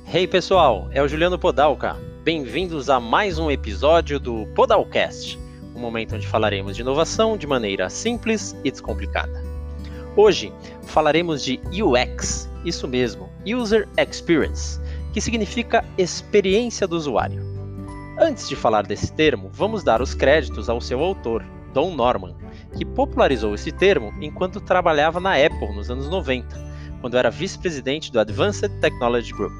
Hey pessoal, é o Juliano Podalca. Bem-vindos a mais um episódio do Podalcast, um momento onde falaremos de inovação de maneira simples e descomplicada. Hoje falaremos de UX, isso mesmo, User Experience, que significa experiência do usuário. Antes de falar desse termo, vamos dar os créditos ao seu autor, Don Norman, que popularizou esse termo enquanto trabalhava na Apple nos anos 90, quando era vice-presidente do Advanced Technology Group.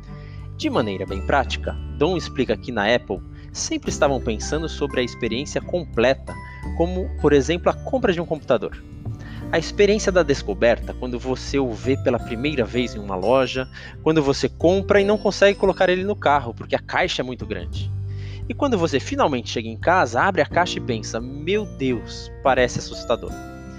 De maneira bem prática, Don explica que na Apple sempre estavam pensando sobre a experiência completa, como, por exemplo, a compra de um computador. A experiência da descoberta, quando você o vê pela primeira vez em uma loja, quando você compra e não consegue colocar ele no carro porque a caixa é muito grande. E quando você finalmente chega em casa, abre a caixa e pensa, meu Deus, parece assustador.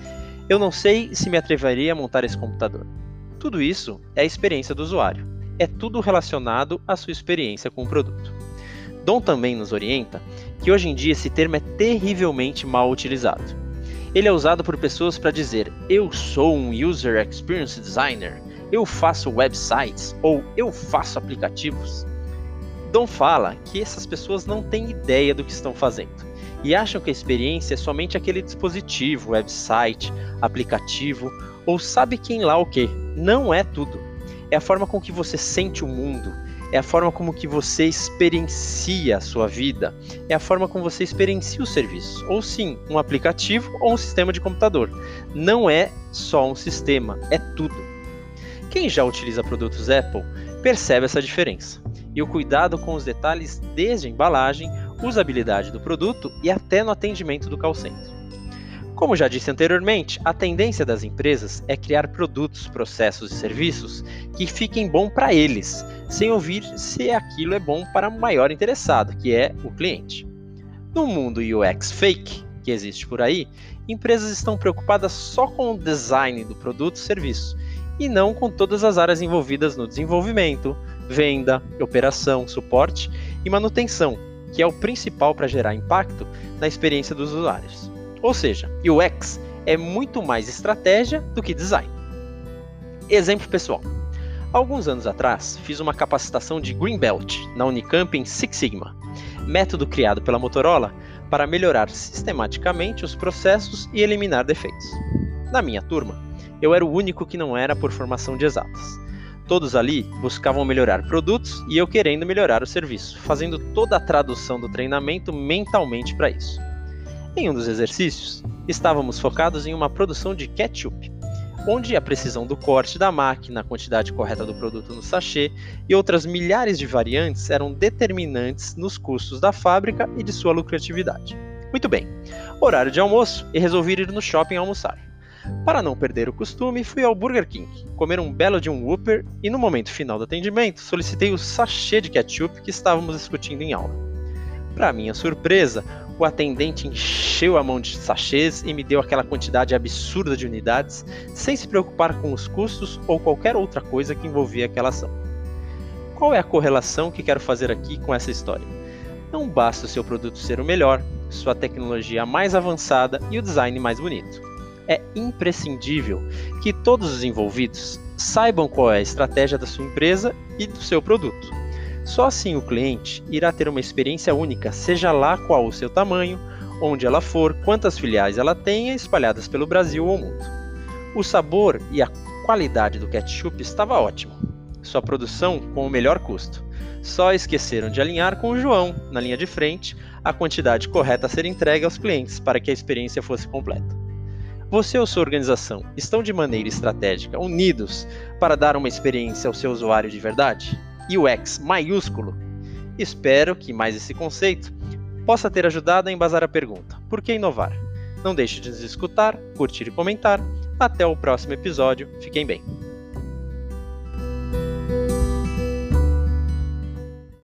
Eu não sei se me atreveria a montar esse computador. Tudo isso é a experiência do usuário. É tudo relacionado à sua experiência com o produto. Don também nos orienta que hoje em dia esse termo é terrivelmente mal utilizado. Ele é usado por pessoas para dizer eu sou um User Experience Designer, eu faço websites ou eu faço aplicativos. Don fala que essas pessoas não têm ideia do que estão fazendo e acham que a experiência é somente aquele dispositivo, website, aplicativo ou sabe quem lá o que. Não é tudo. É a forma com que você sente o mundo, é a forma como que você experiencia a sua vida, é a forma como você experiencia o serviço, ou sim, um aplicativo ou um sistema de computador. Não é só um sistema, é tudo. Quem já utiliza produtos Apple percebe essa diferença, e o cuidado com os detalhes desde a embalagem, usabilidade do produto e até no atendimento do call center. Como já disse anteriormente, a tendência das empresas é criar produtos, processos e serviços que fiquem bom para eles, sem ouvir se aquilo é bom para o maior interessado, que é o cliente. No mundo UX fake, que existe por aí, empresas estão preocupadas só com o design do produto e serviço, e não com todas as áreas envolvidas no desenvolvimento, venda, operação, suporte e manutenção, que é o principal para gerar impacto na experiência dos usuários. Ou seja, UX é muito mais estratégia do que design. Exemplo pessoal. Alguns anos atrás, fiz uma capacitação de Green Belt na Unicamp em Six Sigma, método criado pela Motorola para melhorar sistematicamente os processos e eliminar defeitos. Na minha turma, eu era o único que não era por formação de exatas. Todos ali buscavam melhorar produtos e eu querendo melhorar o serviço, fazendo toda a tradução do treinamento mentalmente para isso. Em um dos exercícios, estávamos focados em uma produção de ketchup, onde a precisão do corte da máquina, a quantidade correta do produto no sachê e outras milhares de variantes eram determinantes nos custos da fábrica e de sua lucratividade. Muito bem, horário de almoço e resolvi ir no shopping almoçar. Para não perder o costume, fui ao Burger King, comer um belo de um Whopper e no momento final do atendimento solicitei o sachê de ketchup que estávamos discutindo em aula. Para minha surpresa, o atendente encheu a mão de sachês e me deu aquela quantidade absurda de unidades, sem se preocupar com os custos ou qualquer outra coisa que envolvia aquela ação. Qual é a correlação que quero fazer aqui com essa história? Não basta o seu produto ser o melhor, sua tecnologia mais avançada e o design mais bonito. É imprescindível que todos os envolvidos saibam qual é a estratégia da sua empresa e do seu produto. Só assim o cliente irá ter uma experiência única, seja lá qual o seu tamanho, onde ela for, quantas filiais ela tenha espalhadas pelo Brasil ou mundo. O sabor e a qualidade do ketchup estava ótimo, sua produção com o melhor custo. Só esqueceram de alinhar com o João, na linha de frente, a quantidade correta a ser entregue aos clientes para que a experiência fosse completa. Você ou sua organização estão de maneira estratégica unidos para dar uma experiência ao seu usuário de verdade? UX maiúsculo? Espero que mais esse conceito possa ter ajudado a embasar a pergunta: por que inovar? Não deixe de nos escutar, curtir e comentar. Até o próximo episódio. Fiquem bem.